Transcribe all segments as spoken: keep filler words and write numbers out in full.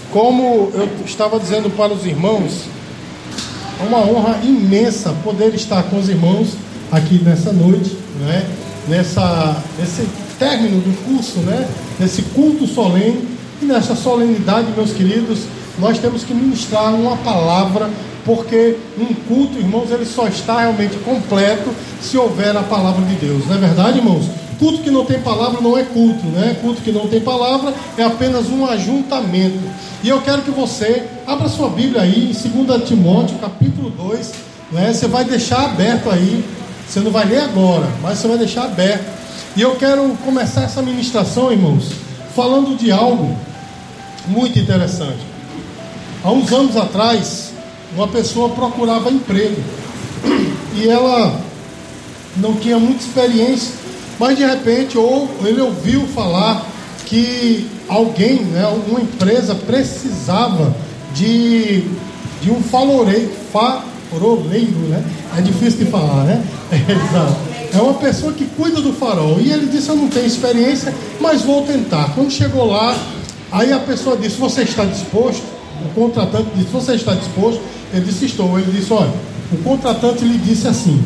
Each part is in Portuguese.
Como eu estava dizendo para os irmãos, é uma honra imensa poder estar com os irmãos aqui nessa noite, né? Nessa, nesse término do curso, né? Nesse culto solene. E nessa solenidade, meus queridos, nós temos que ministrar uma palavra, porque um culto, irmãos, ele só está realmente completo se houver a palavra de Deus. Não é verdade, irmãos? Culto que não tem palavra não é culto, né? Culto que não tem palavra é apenas um ajuntamento. E eu quero que você abra sua Bíblia aí em dois Timóteo, capítulo dois, né? Você vai deixar aberto aí, você não vai ler agora, mas você vai deixar aberto. E eu quero começar essa ministração, irmãos, falando de algo muito interessante. Há uns anos atrás, uma pessoa procurava emprego e ela não tinha muita experiência, mas de repente ou ele ouviu falar que alguém, né, alguma empresa precisava de, de um faroleiro, faroleiro, né? É difícil de falar, né? É, exato. É uma pessoa que cuida do farol. E ele disse: eu não tenho experiência, mas vou tentar. Quando chegou lá, aí a pessoa disse: você está disposto? O contratante disse: você está disposto? Ele disse: estou. Ele disse: olha, o contratante lhe disse assim: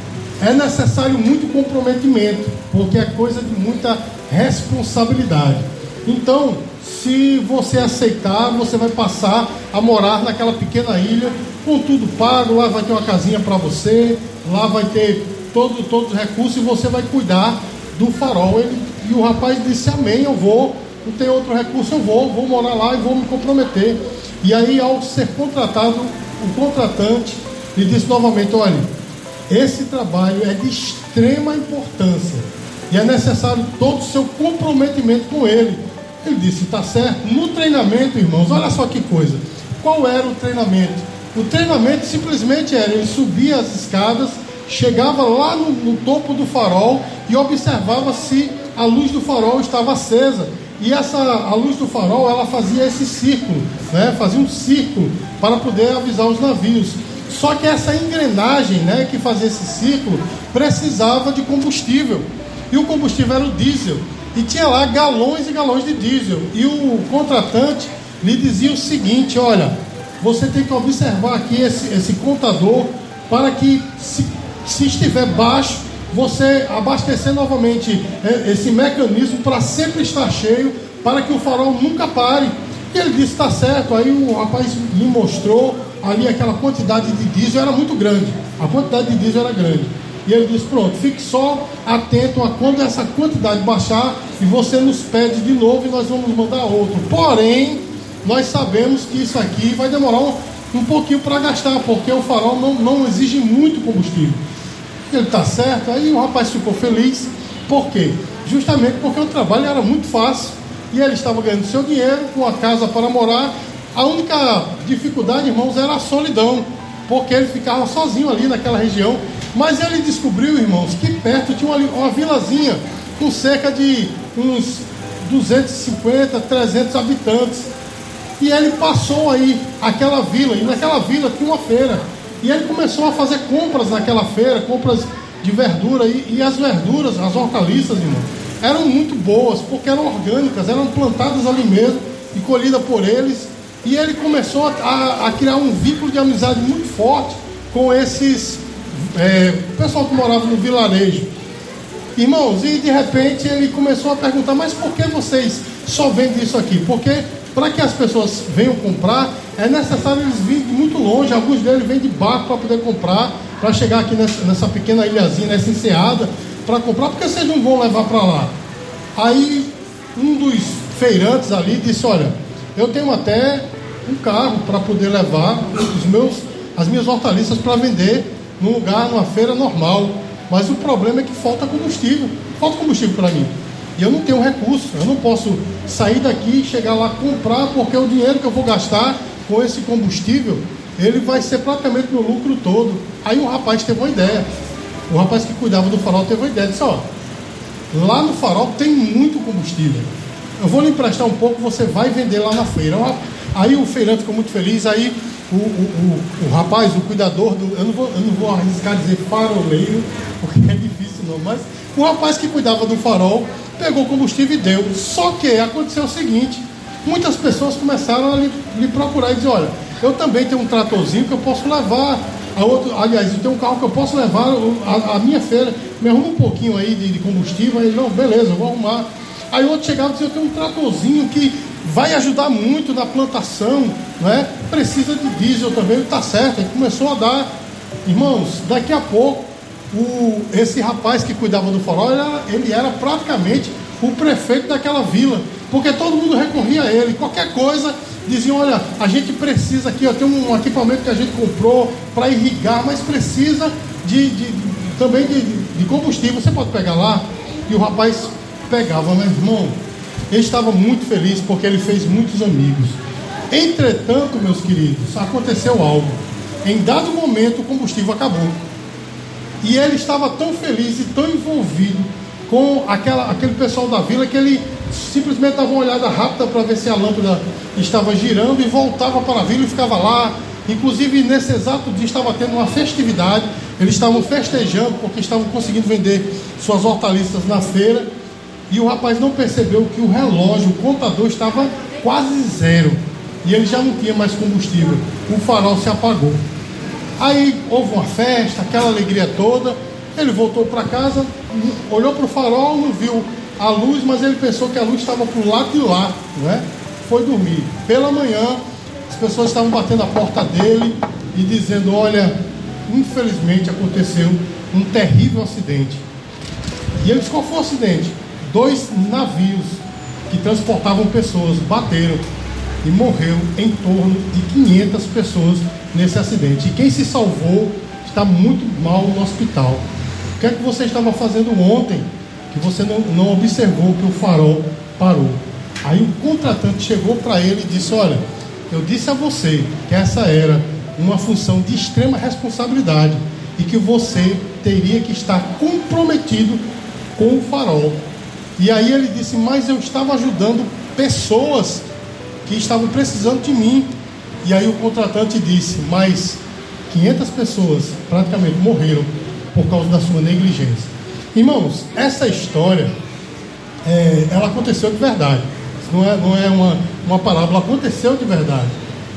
é necessário muito comprometimento, porque é coisa de muita responsabilidade. Então, se você aceitar, você vai passar a morar naquela pequena ilha, com tudo pago. Lá vai ter uma casinha para você, lá vai ter todo, todos os recursos, e você vai cuidar do farol. Ele, e o rapaz disse: amém, eu vou, não tem outro recurso, eu vou, vou morar lá e vou me comprometer. E aí, ao ser contratado, o contratante lhe disse novamente: olha, esse trabalho é de extrema importância e é necessário todo o seu comprometimento com ele. Ele disse: está certo. No treinamento, irmãos, olha só que coisa. Qual era o treinamento? O treinamento simplesmente era: ele subia as escadas, chegava lá no, no topo do farol e observava se a luz do farol estava acesa. E essa, a luz do farol, ela fazia esse círculo, né? Fazia um círculo para poder avisar os navios. Só que essa engrenagem, né, que fazia esse círculo, precisava de combustível. E o combustível era o diesel. E tinha lá galões e galões de diesel. E o contratante lhe dizia o seguinte: olha, você tem que observar aqui esse, esse contador, para que se, se estiver baixo, você abastecer novamente esse mecanismo para sempre estar cheio, para que o farol nunca pare. E ele disse: está certo. Aí o rapaz me mostrou ali aquela quantidade de diesel, era muito grande, a quantidade de diesel era grande. E ele disse: pronto, fique só atento a quando essa quantidade baixar, e você nos pede de novo e nós vamos mandar outro. Porém, nós sabemos que isso aqui vai demorar um, um pouquinho para gastar, porque o farol não, não exige muito combustível. Ele: está certo. Aí o rapaz ficou feliz. Por quê? Justamente porque o trabalho era muito fácil e ele estava ganhando seu dinheiro, com a casa para morar. A única dificuldade, irmãos, era a solidão, porque ele ficava sozinho ali naquela região. Mas ele descobriu, irmãos, que perto tinha uma, uma vilazinha com cerca de uns duzentos e cinquenta, trezentos habitantes. E ele passou aí aquela vila, e naquela vila tinha uma feira. E ele começou a fazer compras naquela feira, compras de verdura. E, e as verduras, as hortaliças, irmãos, eram muito boas, porque eram orgânicas, eram plantadas ali mesmo e colhidas por eles. E ele começou a, a criar um vínculo de amizade muito forte com esses é, pessoal que morava no vilarejo. Irmãos, e de repente ele começou a perguntar: mas por que vocês só vendem isso aqui? Porque para que as pessoas venham comprar, é necessário eles virem de muito longe. Alguns deles vêm de barco para poder comprar, para chegar aqui nessa, nessa pequena ilhazinha, nessa enseada, para comprar, porque vocês não vão levar para lá. Aí um dos feirantes ali disse: olha, eu tenho até um carro para poder levar os meus, as minhas hortaliças para vender num lugar, numa feira normal, mas o problema é que falta combustível, falta combustível para mim, e eu não tenho recurso, eu não posso sair daqui e chegar lá comprar, porque o dinheiro que eu vou gastar com esse combustível, ele vai ser praticamente meu lucro todo. Aí o rapaz teve uma ideia, o rapaz que cuidava do farol teve uma ideia, disse: ó, lá no farol tem muito combustível, eu vou lhe emprestar um pouco, você vai vender lá na feira. Aí o feirante ficou muito feliz. Aí o, o, o, o rapaz, o cuidador do, eu não vou, eu não vou arriscar dizer faroleiro, porque é difícil não, mas o rapaz que cuidava do farol pegou o combustível e deu. Só que aconteceu o seguinte: muitas pessoas começaram a lhe, lhe procurar e dizer: olha, eu também tenho um tratorzinho que eu posso levar a outro, aliás, eu tenho um carro que eu posso levar a, a minha feira, me arruma um pouquinho aí de, de combustível. Aí ele: não, beleza, eu vou arrumar. Aí outro chegava e dizia: eu tenho um tratorzinho que vai ajudar muito na plantação, né? Precisa de diesel também. Ele: tá certo. Ele começou a dar. Irmãos, daqui a pouco o, esse rapaz que cuidava do farol, ele era, ele era praticamente o prefeito daquela vila, porque todo mundo recorria a ele. Qualquer coisa diziam: olha, a gente precisa aqui, ó, tem um equipamento que a gente comprou para irrigar, mas precisa de, de, de também de, de combustível, você pode pegar lá? E o rapaz pegava. Meu irmão, ele estava muito feliz porque ele fez muitos amigos. Entretanto, meus queridos, aconteceu algo. Em dado momento o combustível acabou, e ele estava tão feliz e tão envolvido com aquela, aquele pessoal da vila, que ele simplesmente dava uma olhada rápida para ver se a lâmpada estava girando e voltava para a vila e ficava lá. Inclusive nesse exato dia estava tendo uma festividade, eles estavam festejando porque estavam conseguindo vender suas hortaliças na feira, e o rapaz não percebeu que o relógio, o contador, estava quase zero, e ele já não tinha mais combustível. O farol se apagou. Aí houve uma festa, aquela alegria toda. Ele voltou para casa, olhou para o farol, não viu a luz, mas ele pensou que a luz estava para o lado de lá, não é? Foi dormir. Pela manhã, as pessoas estavam batendo a porta dele e dizendo: olha, infelizmente aconteceu um terrível acidente. E ele disse: qual foi o acidente? Dois navios que transportavam pessoas bateram e morreu em torno de quinhentas pessoas nesse acidente. E quem se salvou está muito mal no hospital. O que é que você estava fazendo ontem que você não, não observou que o farol parou? Aí o contratante chegou para ele e disse: olha, eu disse a você que essa era uma função de extrema responsabilidade e que você teria que estar comprometido com o farol. E aí ele disse: mas eu estava ajudando pessoas que estavam precisando de mim. E aí o contratante disse: mas quinhentas pessoas praticamente morreram por causa da sua negligência. Irmãos, essa história é, ela aconteceu de verdade. Não é, não é uma, uma parábola, aconteceu de verdade.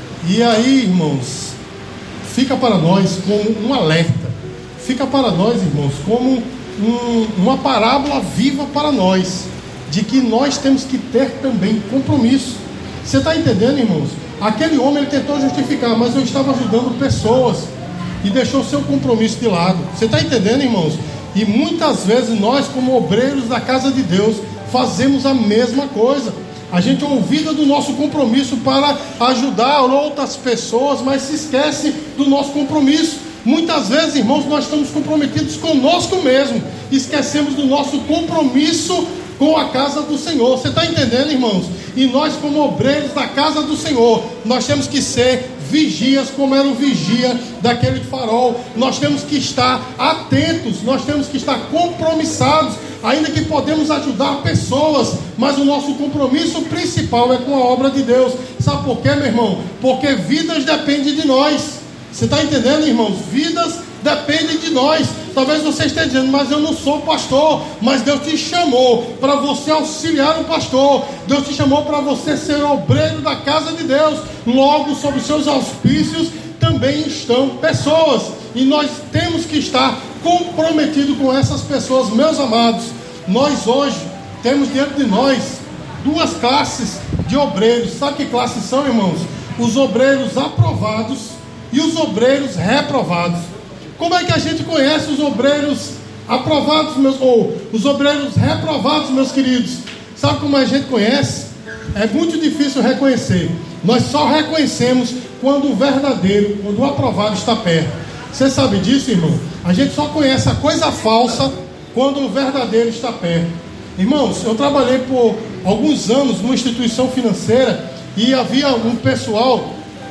E aí, irmãos, fica para nós como um alerta, fica para nós, irmãos, como um, uma parábola viva para nós, de que nós temos que ter também compromisso. Você está entendendo, irmãos? Aquele homem, ele tentou justificar: mas eu estava ajudando pessoas, e deixou seu compromisso de lado. Você está entendendo, irmãos? E muitas vezes nós, como obreiros da casa de Deus, fazemos a mesma coisa. A gente olvida do nosso compromisso para ajudar outras pessoas, mas se esquece do nosso compromisso. Muitas vezes, irmãos, nós estamos comprometidos conosco mesmo, esquecemos do nosso compromisso com a casa do Senhor. Você está entendendo, irmãos? E nós, como obreiros da casa do Senhor, nós temos que ser vigias, como era o vigia daquele farol. Nós temos que estar atentos, nós temos que estar compromissados, ainda que podemos ajudar pessoas, mas o nosso compromisso principal é com a obra de Deus. Sabe por quê, meu irmão? Porque vidas dependem de nós. Você está entendendo, irmãos? Vidas dependem de nós. Talvez você esteja dizendo: mas eu não sou pastor. Mas Deus te chamou para você auxiliar o pastor. Deus te chamou para você ser obreiro da casa de Deus. Logo, sob seus auspícios também estão pessoas, e nós temos que estar comprometidos com essas pessoas. Meus amados, nós hoje temos diante de nós duas classes de obreiros. Sabe que classes são, irmãos? Os obreiros aprovados e os obreiros reprovados. Como é que a gente conhece os obreiros aprovados, meus, ou os obreiros reprovados, meus queridos? Sabe como a gente conhece? É muito difícil reconhecer. Nós só reconhecemos quando o verdadeiro, quando o aprovado está perto. Você sabe disso, irmão? A gente só conhece a coisa falsa quando o verdadeiro está perto. Irmãos, eu trabalhei por alguns anos numa instituição financeira, e havia um pessoal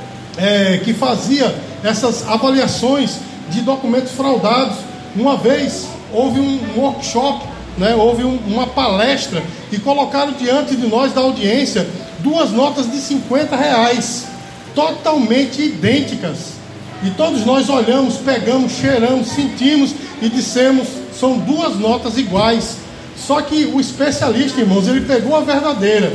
é, que fazia essas avaliações de documentos fraudados. Uma vez houve um workshop, né, houve um, uma palestra, e colocaram diante de nós, da audiência, duas notas de cinquenta reais, totalmente idênticas. E todos nós olhamos, pegamos, cheiramos, sentimos e dissemos: são duas notas iguais. Só que o especialista, irmãos, ele pegou a verdadeira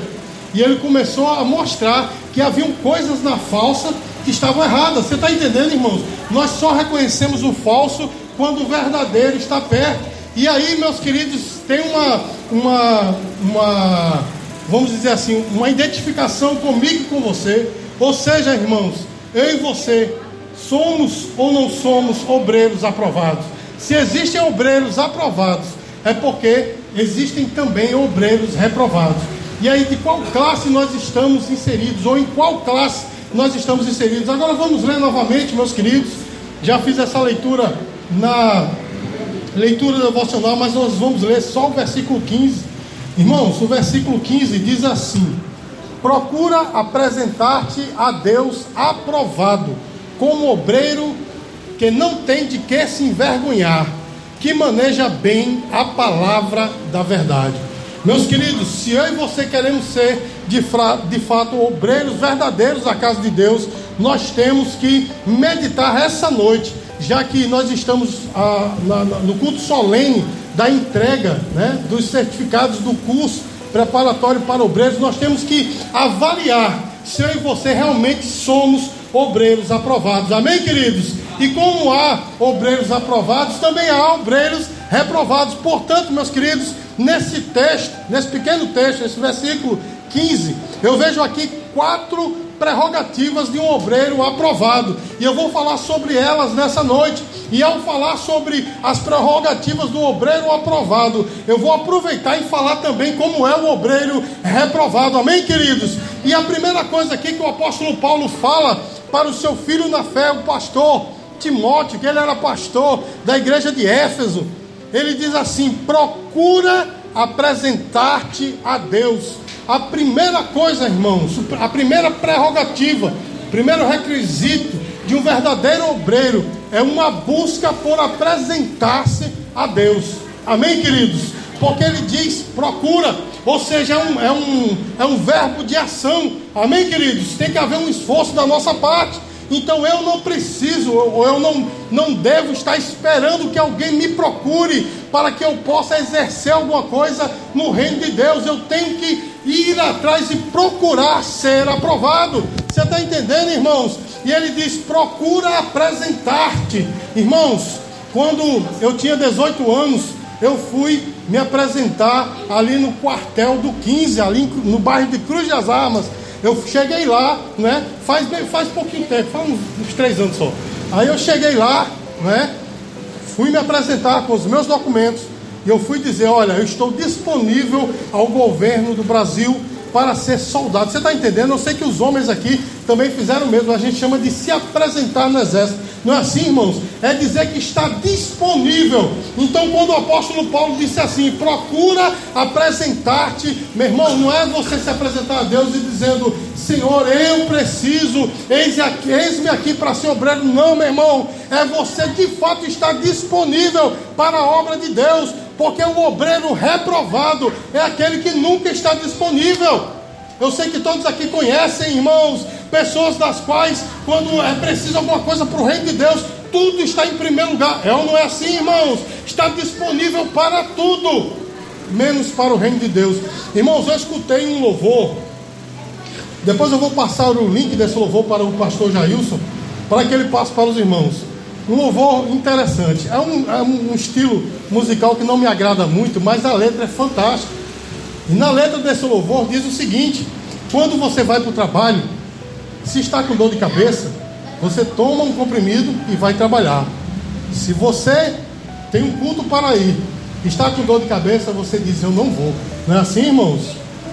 e ele começou a mostrar que haviam coisas na falsa que estavam erradas. Você está entendendo, irmãos? Nós só reconhecemos o falso quando o verdadeiro está perto. E aí, meus queridos, tem uma, uma, uma, vamos dizer assim, uma identificação comigo e com você. Ou seja, irmãos, eu e você somos ou não somos obreiros aprovados? Se existem obreiros aprovados, é porque existem também obreiros reprovados. E aí, de qual classe nós estamos inseridos, ou em qual classe nós estamos inseridos? Agora vamos ler novamente, meus queridos. Já fiz essa leitura na leitura devocional, mas nós vamos ler só o versículo quinze. Irmãos, o versículo quinze diz assim: procura apresentar-te a Deus aprovado, como obreiro que não tem de que se envergonhar, que maneja bem a palavra da verdade. Meus queridos, se eu e você queremos ser de, fra, de fato obreiros verdadeiros da casa de Deus, nós temos que meditar essa noite, já que nós estamos ah, na, na, no culto solene da entrega, né, dos certificados do curso preparatório para obreiros. Nós temos que avaliar se eu e você realmente somos obreiros aprovados. Amém, queridos? E como há obreiros aprovados, também há obreiros reprovados. Portanto, meus queridos, nesse texto, nesse pequeno texto, nesse versículo quinze, eu vejo aqui quatro prerrogativas de um obreiro aprovado, e eu vou falar sobre elas nessa noite. E ao falar sobre as prerrogativas do obreiro aprovado, eu vou aproveitar e falar também como é o obreiro reprovado. Amém, queridos? E a primeira coisa aqui que o apóstolo Paulo fala para o seu filho na fé, o pastor Timóteo, que ele era pastor da igreja de Éfeso, ele diz assim: procura apresentar-te a Deus. A primeira coisa, irmãos, a primeira prerrogativa, o primeiro requisito de um verdadeiro obreiro é uma busca por apresentar-se a Deus. Amém, queridos? Porque ele diz procura, ou seja, é um, é, um, é um verbo de ação. Amém, queridos? Tem que haver um esforço da nossa parte. Então eu não preciso, ou eu não, não devo estar esperando que alguém me procure para que eu possa exercer alguma coisa no reino de Deus. Eu tenho que ir atrás e procurar ser aprovado. Você está entendendo, irmãos? E ele diz: procura apresentar-te. Irmãos, quando eu tinha dezoito anos, eu fui me apresentar ali no quartel do quinze, ali no bairro de Cruz das Armas. Eu cheguei lá, né? Faz, faz pouquinho tempo, faz uns, uns três anos só. Aí eu cheguei lá, né? Fui me apresentar com os meus documentos e eu fui dizer: olha, eu estou disponível ao governo do Brasil para ser soldado. Você está entendendo? Eu sei que os homens aqui também fizeram o mesmo. A gente chama de se apresentar no exército. Não é assim, irmãos? É dizer que está disponível. Então, quando o apóstolo Paulo disse assim: procura apresentar-te, meu irmão, não é você se apresentar a Deus e dizendo: Senhor, eu preciso, eis aqui, eis-me aqui para ser obreiro. Não, meu irmão, é você de fato estar disponível para a obra de Deus. Porque o obreiro reprovado é aquele que nunca está disponível. Eu sei que todos aqui conhecem, irmãos, pessoas das quais, quando é preciso alguma coisa para o reino de Deus, tudo está em primeiro lugar. É ou não é assim, irmãos? Está disponível para tudo, menos para o reino de Deus. Irmãos, eu escutei um louvor. Depois eu vou passar o link desse louvor para o pastor Jailson, para que ele passe para os irmãos. Um louvor interessante. É um, é um estilo musical que não me agrada muito, mas a letra é fantástica. E na letra desse louvor diz o seguinte: quando você vai para o trabalho, se está com dor de cabeça, você toma um comprimido e vai trabalhar. Se você tem um culto para ir, está com dor de cabeça, você diz: eu não vou. Não é assim, irmãos?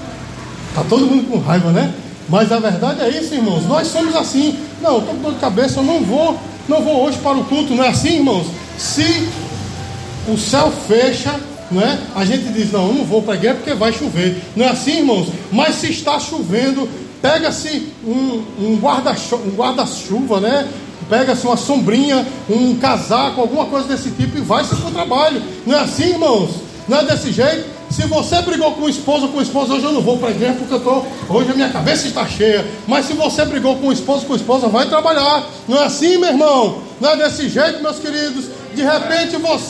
Está todo mundo com raiva, né? Mas a verdade é isso, irmãos. Nós somos assim. Não, estou com dor de cabeça, eu não vou. Não vou hoje para o culto. Não é assim, irmãos? Se o céu fecha, não é? A gente diz: não, eu não vou para a igreja porque vai chover. Não é assim, irmãos? Mas se está chovendo, pega-se um, um guarda-chuva, um guarda-chuva, né? Pega-se uma sombrinha, um casaco, alguma coisa desse tipo e vai-se para o trabalho. Não é assim, irmãos? Não é desse jeito? Se você brigou com o esposo ou com o esposo: hoje eu não vou para a igreja porque eu tô, hoje a minha cabeça está cheia. Mas se você brigou com o esposo ou com a esposa, vai trabalhar. Não é assim, meu irmão? Não é desse jeito, meus queridos? De repente você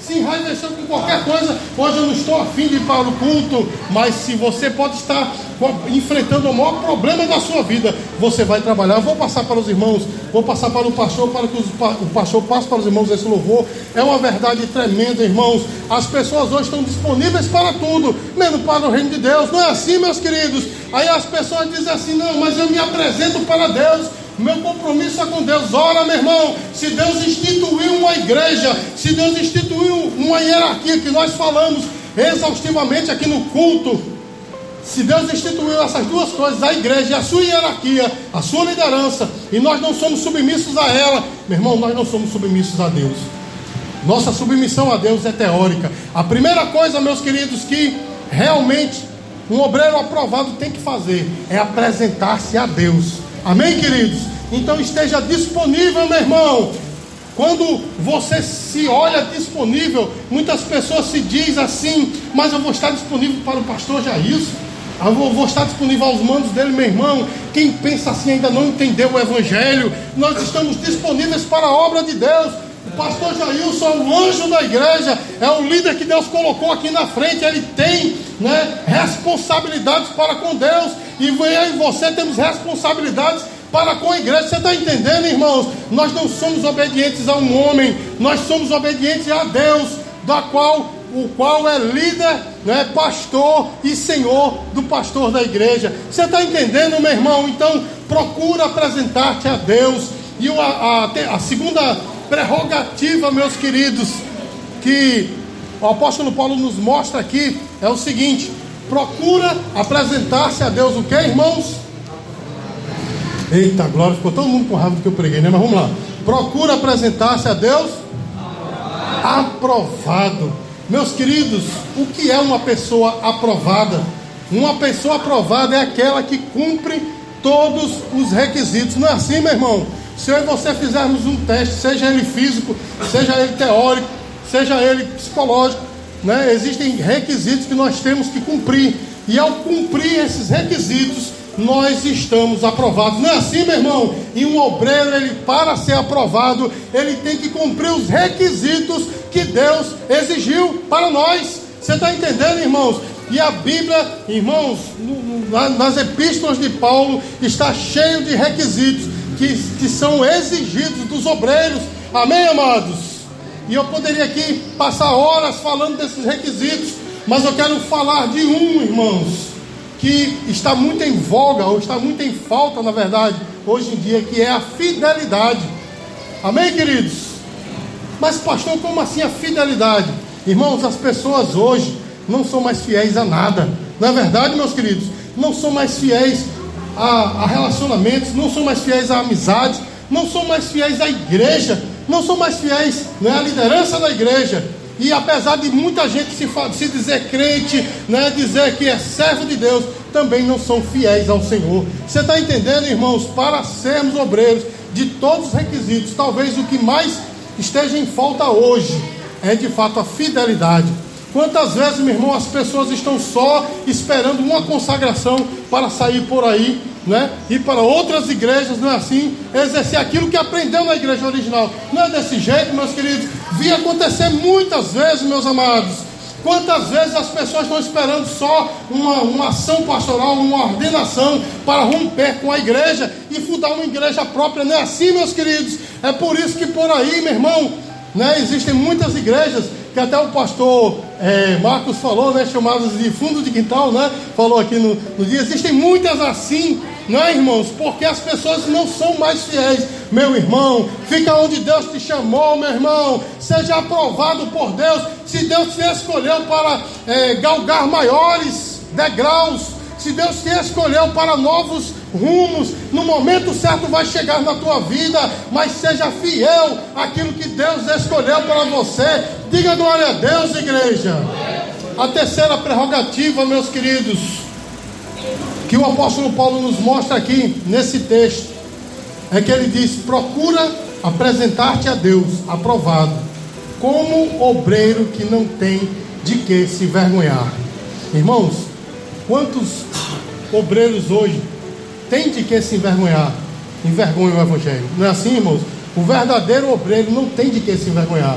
se enraiveceu com qualquer coisa, hoje eu não estou afim de ir para o culto, mas se você pode estar enfrentando o maior problema da sua vida, você vai trabalhar. Eu vou passar para os irmãos, vou passar para o pastor, para que o pastor passe para os irmãos esse louvor. É uma verdade tremenda, irmãos. As pessoas hoje estão disponíveis para tudo, menos para o reino de Deus. Não é assim, meus queridos? Aí as pessoas dizem assim: não, mas eu me apresento para Deus, meu compromisso é com Deus. Ora, meu irmão, se Deus instituiu uma igreja, se Deus instituiu uma hierarquia que nós falamos exaustivamente aqui no culto, se Deus instituiu essas duas coisas, a igreja e a sua hierarquia, a sua liderança, e nós não somos submissos a ela, meu irmão, nós não somos submissos a Deus. Nossa submissão a Deus é teórica. A primeira coisa, meus queridos, que realmente um obreiro aprovado tem que fazer é apresentar-se a Deus. Amém, queridos? Então esteja disponível, meu irmão. Quando você se olha disponível, muitas pessoas se dizem assim: mas eu vou estar disponível para o pastor Jailson, eu vou, vou estar disponível aos mandos dele. Meu irmão, quem pensa assim ainda não entendeu o evangelho. Nós estamos disponíveis para a obra de Deus. O pastor Jailson é o anjo da igreja, é o líder que Deus colocou aqui na frente. Ele tem, né, responsabilidades para com Deus, e eu e você temos responsabilidades para com a igreja. Você está entendendo, irmãos? Nós não somos obedientes a um homem, nós somos obedientes a Deus, da qual, o qual é líder, né, pastor e senhor do pastor da igreja. Você está entendendo, meu irmão? Então procura apresentar-te a Deus. E a, a, a segunda prerrogativa, meus queridos, que o apóstolo Paulo nos mostra aqui, é o seguinte: procura apresentar-se a Deus. O que, irmãos? Eita glória, ficou todo mundo com raiva do que eu preguei, né? Mas vamos lá. Procura apresentar-se a Deus aprovado. Meus queridos, o que é uma pessoa aprovada? Uma pessoa aprovada é aquela que cumpre todos os requisitos. Não é assim, meu irmão? Se eu e você fizermos um teste, seja ele físico, seja ele teórico, seja ele psicológico, né? Existem requisitos que nós temos que cumprir, e ao cumprir esses requisitos, nós estamos aprovados. Não é assim, meu irmão? E um obreiro, ele, para ser aprovado, ele tem que cumprir os requisitos que Deus exigiu para nós. Você está entendendo, irmãos? E a Bíblia, irmãos, no, no, nas epístolas de Paulo, está cheio de requisitos que, que são exigidos dos obreiros. Amém, amados? E eu poderia aqui passar horas falando desses requisitos, mas eu quero falar de um, irmãos, que está muito em voga, ou está muito em falta, na verdade, hoje em dia, que é a fidelidade. Amém, queridos? Mas pastor, como assim a fidelidade? Irmãos, as pessoas hoje não são mais fiéis a nada. Não é verdade, meus queridos? Não são mais fiéis a, a relacionamentos, não são mais fiéis a amizades, não são mais fiéis à igreja, não são mais fiéis, né, à liderança da igreja. E apesar de muita gente se, se dizer crente, né, dizer que é servo de Deus, também não são fiéis ao Senhor. Você está entendendo, irmãos? Para sermos obreiros de todos os requisitos, talvez o que mais esteja em falta hoje é de fato a fidelidade. Quantas vezes, meu irmão, as pessoas estão só esperando uma consagração para sair por aí, né, ir para outras igrejas, não é assim? Exercer aquilo que aprendeu na igreja original. Não é desse jeito, meus queridos. Vi acontecer muitas vezes, meus amados. Quantas vezes as pessoas estão esperando só uma, uma ação pastoral, uma ordenação para romper com a igreja e fundar uma igreja própria. Não é assim, meus queridos? É por isso que por aí, meu irmão, né, existem muitas igrejas que até o pastor é, Marcos falou, né, chamadas de fundo de quintal, né, falou aqui no, no dia. Existem muitas assim, não é, irmãos? Porque as pessoas não são mais fiéis. Meu irmão, fica onde Deus te chamou, meu irmão. Seja aprovado por Deus. Se Deus te escolheu para é, galgar maiores degraus, se Deus te escolheu para novos rumos, no momento certo vai chegar na tua vida. Mas seja fiel àquilo que Deus escolheu para você. Diga glória a Deus, igreja. A terceira prerrogativa, meus queridos, que o apóstolo Paulo nos mostra aqui nesse texto, é que ele diz: procura apresentar-te a Deus aprovado, como obreiro que não tem de que se envergonhar. Irmãos, quantos obreiros hoje têm de que se envergonhar? Envergonham o evangelho. Não é assim, irmãos? O verdadeiro obreiro não tem de que se envergonhar.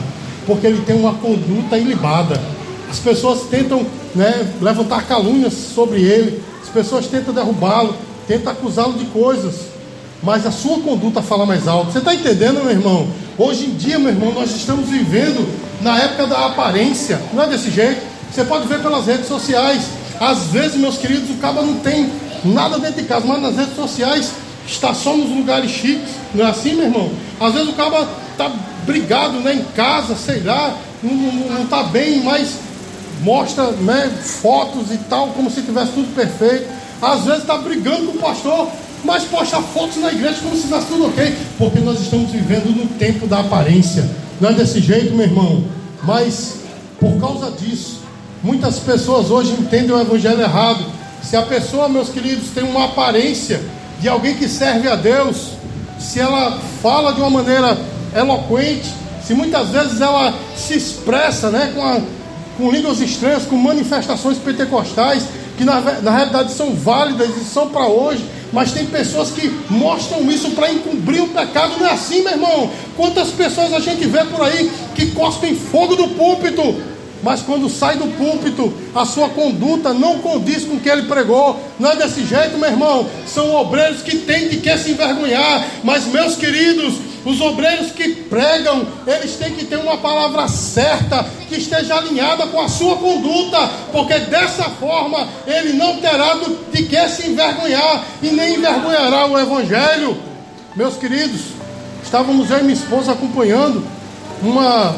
Porque ele tem uma conduta ilibada. As pessoas tentam, né, levantar calúnias sobre ele, as pessoas tentam derrubá-lo, tentam acusá-lo de coisas, mas a sua conduta fala mais alto. Você está entendendo, meu irmão? Hoje em dia, meu irmão, nós estamos vivendo na época da aparência. Não é desse jeito. Você pode ver pelas redes sociais. Às vezes, meus queridos, o cara não tem nada dentro de casa, mas nas redes sociais está só nos lugares chiques. Não é assim, meu irmão? Às vezes o cara está brigado, né, em casa, sei lá, não está bem, mas mostra, né, fotos e tal, como se tivesse tudo perfeito. Às vezes está brigando com o pastor, mas posta fotos na igreja como se estivesse tudo ok. Porque nós estamos vivendo no tempo da aparência. Não é desse jeito, meu irmão. Mas por causa disso, muitas pessoas hoje entendem o evangelho errado. Se a pessoa, meus queridos, tem uma aparência de alguém que serve a Deus, se ela fala de uma maneira eloquente, se muitas vezes ela se expressa, né, com, a, com línguas estranhas, com manifestações pentecostais, que na, na realidade são válidas e são para hoje, mas tem pessoas que mostram isso para encobrir o pecado. Não é assim, meu irmão? Quantas pessoas a gente vê por aí que cospem fogo do púlpito, mas quando sai do púlpito, a sua conduta não condiz com o que ele pregou. Não é desse jeito, meu irmão? São obreiros que têm de que se envergonhar. Mas, meus queridos, os obreiros que pregam, eles têm que ter uma palavra certa, que esteja alinhada com a sua conduta, porque dessa forma ele não terá de que se envergonhar e nem envergonhará o evangelho. Meus queridos, estávamos eu e minha esposa acompanhando uma...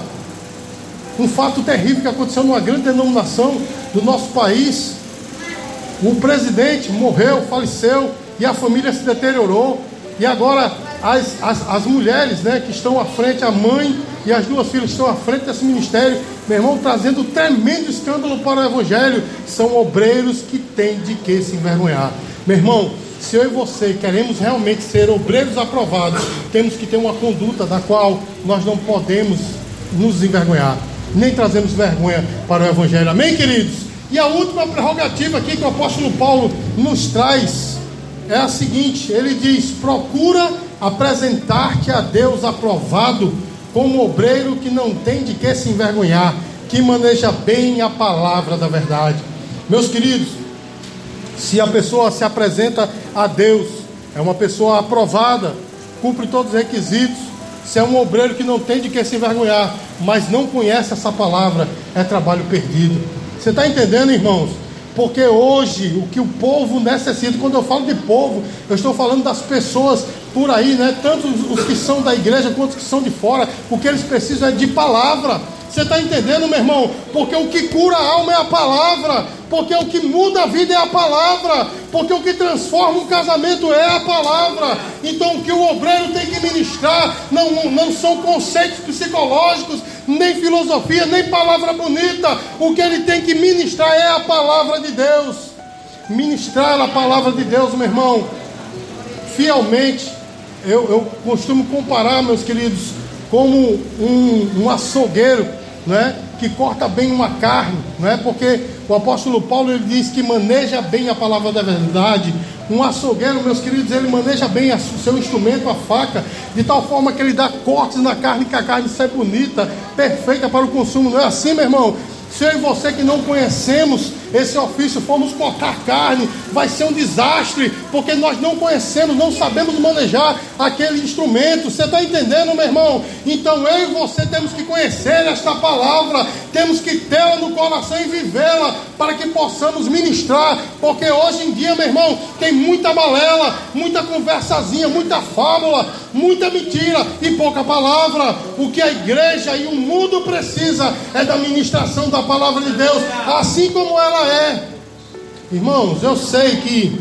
um fato terrível que aconteceu numa grande denominação do nosso país. O presidente morreu, faleceu, e a família se deteriorou. E agora as, as, as mulheres, né, que estão à frente, a mãe e as duas filhas estão à frente desse ministério, meu irmão, trazendo tremendo escândalo para o evangelho. São obreiros que têm de que se envergonhar. Meu irmão, se eu e você queremos realmente ser obreiros aprovados, temos que ter uma conduta da qual nós não podemos nos envergonhar, nem trazemos vergonha para o evangelho. Amém, queridos? E a última prerrogativa aqui que o apóstolo Paulo nos traz é a seguinte: ele diz: procura apresentar-te a Deus aprovado, como obreiro que não tem de que se envergonhar, que maneja bem a palavra da verdade. Meus queridos, se a pessoa se apresenta a Deus, é uma pessoa aprovada, cumpre todos os requisitos. Se é um obreiro que não tem de que se envergonhar, mas não conhece essa palavra, é trabalho perdido. Você está entendendo, irmãos? Porque hoje o que o povo necessita, quando eu falo de povo, eu estou falando das pessoas por aí, né? Tanto os que são da igreja quanto os que são de fora. O que eles precisam é de palavra. Você está entendendo, meu irmão? Porque o que cura a alma é a palavra. Porque o que muda a vida é a palavra. Porque o que transforma um casamento é a palavra. Então o que o obreiro tem que ministrar não, não são conceitos psicológicos, nem filosofia, nem palavra bonita. O que ele tem que ministrar é a palavra de Deus. Ministrar a palavra de Deus, meu irmão, fielmente. Eu, eu costumo comparar, meus queridos, como um, um açougueiro, né, que corta bem uma carne, né, porque o apóstolo Paulo, ele diz que maneja bem a palavra da verdade. Um açougueiro, meus queridos, ele maneja bem o seu instrumento, a faca, de tal forma que ele dá cortes na carne, que a carne sai bonita, perfeita para o consumo. Não é assim, meu irmão? Se eu e você que não conhecemos esse ofício formos cortar carne, vai ser um desastre, porque nós não conhecemos, não sabemos manejar aquele instrumento. Você está entendendo, meu irmão? Então eu e você temos que conhecer esta palavra, temos que tê-la no coração e vivê-la, para que possamos ministrar. Porque hoje em dia, meu irmão, tem muita balela, muita conversazinha, muita fábula, muita mentira e pouca palavra. O que a igreja e o mundo precisa é da ministração da palavra de Deus, assim como ela é. Irmãos, eu sei que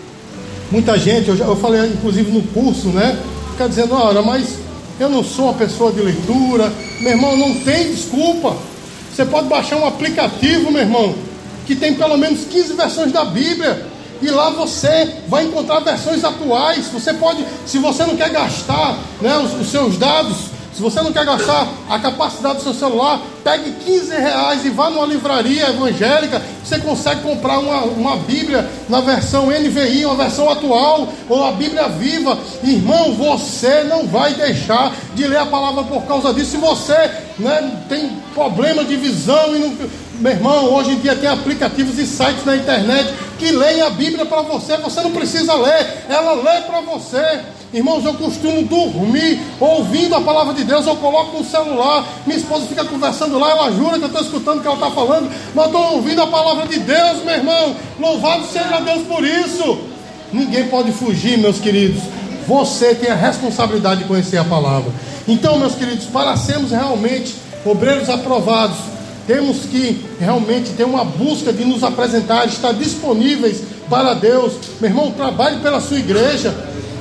muita gente, eu, já, eu falei inclusive no curso, né, fica dizendo: olha, mas eu não sou uma pessoa de leitura. Meu irmão, não tem desculpa. Você pode baixar um aplicativo, meu irmão, que tem pelo menos quinze versões da Bíblia, e lá você vai encontrar versões atuais. Você pode, se você não quer gastar, né, os, os seus dados, Se você não quer gastar a capacidade do seu celular, pegue quinze reais e vá numa livraria evangélica. Você consegue comprar uma, uma Bíblia na versão N V I, uma versão atual, ou a Bíblia Viva. Irmão, você não vai deixar de ler a palavra por causa disso. Se você, né, tem problema de visão e não... Meu irmão, hoje em dia tem aplicativos e sites na internet que leem a Bíblia para você. Você não precisa ler, ela lê para você. Irmãos, eu costumo dormir ouvindo a palavra de Deus. Eu coloco no celular, minha esposa fica conversando lá, ela jura que eu estou escutando o que ela está falando, mas eu estou ouvindo a palavra de Deus, meu irmão. Louvado seja Deus por isso. Ninguém pode fugir, meus queridos. Você tem a responsabilidade de conhecer a palavra. Então, meus queridos, para sermos realmente obreiros aprovados, temos que realmente ter uma busca de nos apresentar, estar disponíveis para Deus. Meu irmão, trabalhe pela sua igreja.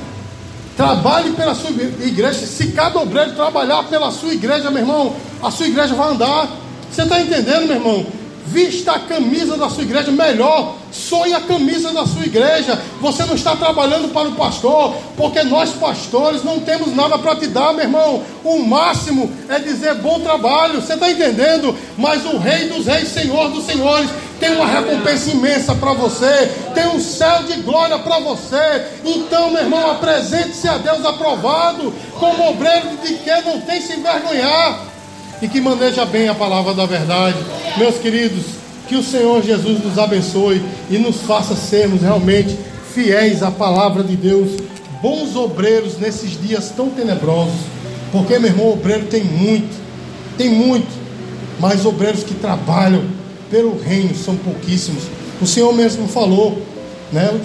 Trabalhe pela sua igreja. Se cada obreiro trabalhar pela sua igreja, meu irmão, a sua igreja vai andar. Você está entendendo, meu irmão? Vista a camisa da sua igreja, melhor, sonhe a camisa da sua igreja. Você não está trabalhando para o pastor, porque nós pastores não temos nada para te dar, meu irmão. O máximo é dizer bom trabalho, você está entendendo? Mas o Rei dos Reis, Senhor dos Senhores, tem uma recompensa imensa para você, tem um céu de glória para você. Então, meu irmão, apresente-se a Deus aprovado, como obreiro de que não tem se envergonhar, e que maneja bem a palavra da verdade. Meus queridos, que o Senhor Jesus nos abençoe e nos faça sermos realmente fiéis à palavra de Deus, bons obreiros nesses dias tão tenebrosos, porque, meu irmão, obreiro tem muito, tem muito, mas obreiros que trabalham pelo reino são pouquíssimos. O Senhor mesmo falou, né?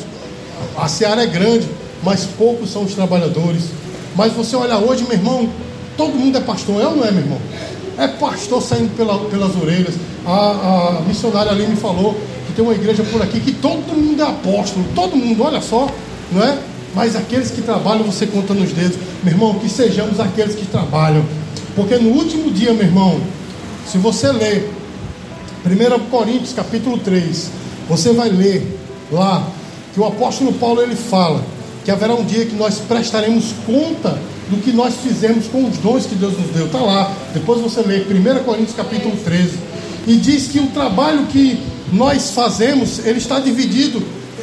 A seara é grande, mas poucos são os trabalhadores. Mas você olha hoje, meu irmão, todo mundo é pastor, é ou não é, meu irmão? É pastor saindo pela, pelas orelhas. A, a missionária ali me falou que tem uma igreja por aqui que todo mundo é apóstolo, todo mundo, olha só, não é? Mas aqueles que trabalham você conta nos dedos. Meu irmão, que sejamos aqueles que trabalham, porque no último dia, meu irmão, se você ler primeira Coríntios capítulo três, você vai ler lá que o apóstolo Paulo, ele fala que haverá um dia que nós prestaremos conta do que nós fizemos com os dons que Deus nos deu. Está lá, depois você lê primeira Coríntios capítulo treze, e diz que o trabalho que nós fazemos, ele está dividido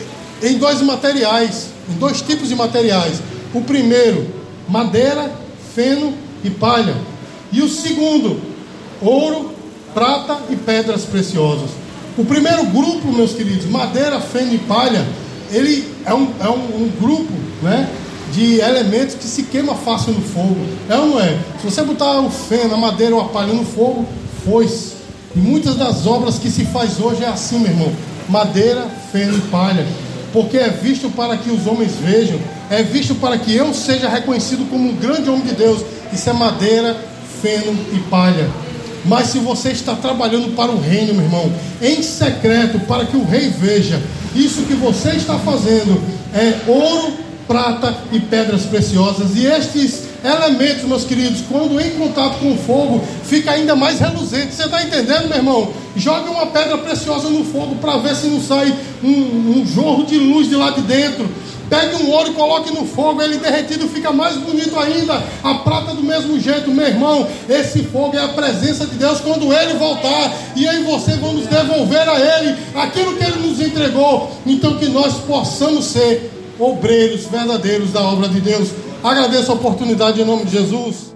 em dois materiais, em dois tipos de materiais. O primeiro, madeira, feno e palha, e o segundo, ouro, prata e pedras preciosas. O primeiro grupo, meus queridos, madeira, feno e palha, ele é um, é um, um grupo, né, de elementos que se queima fácil no fogo. É ou não é? Se você botar o feno, a madeira ou a palha no fogo, foi-se. E muitas das obras que se faz hoje é assim, meu irmão: madeira, feno e palha. Porque é visto para que os homens vejam, é visto para que eu seja reconhecido como um grande homem de Deus. Isso é madeira, feno e palha. Mas se você está trabalhando para o reino, meu irmão, em secreto, para que o rei veja, isso que você está fazendo é ouro, prata e pedras preciosas. E estes elementos, meus queridos, quando em contato com o fogo, fica ainda mais reluzente. Você está entendendo, meu irmão? Jogue uma pedra preciosa no fogo para ver se não sai um, um jorro de luz de lá de dentro. Pegue um ouro e coloque no fogo, ele derretido fica mais bonito ainda. A prata do mesmo jeito, meu irmão. Esse fogo é a presença de Deus quando ele voltar, e eu e você vamos devolver a ele aquilo que ele nos entregou. Então que nós possamos ser obreiros verdadeiros da obra de Deus. Agradeço a oportunidade em nome de Jesus.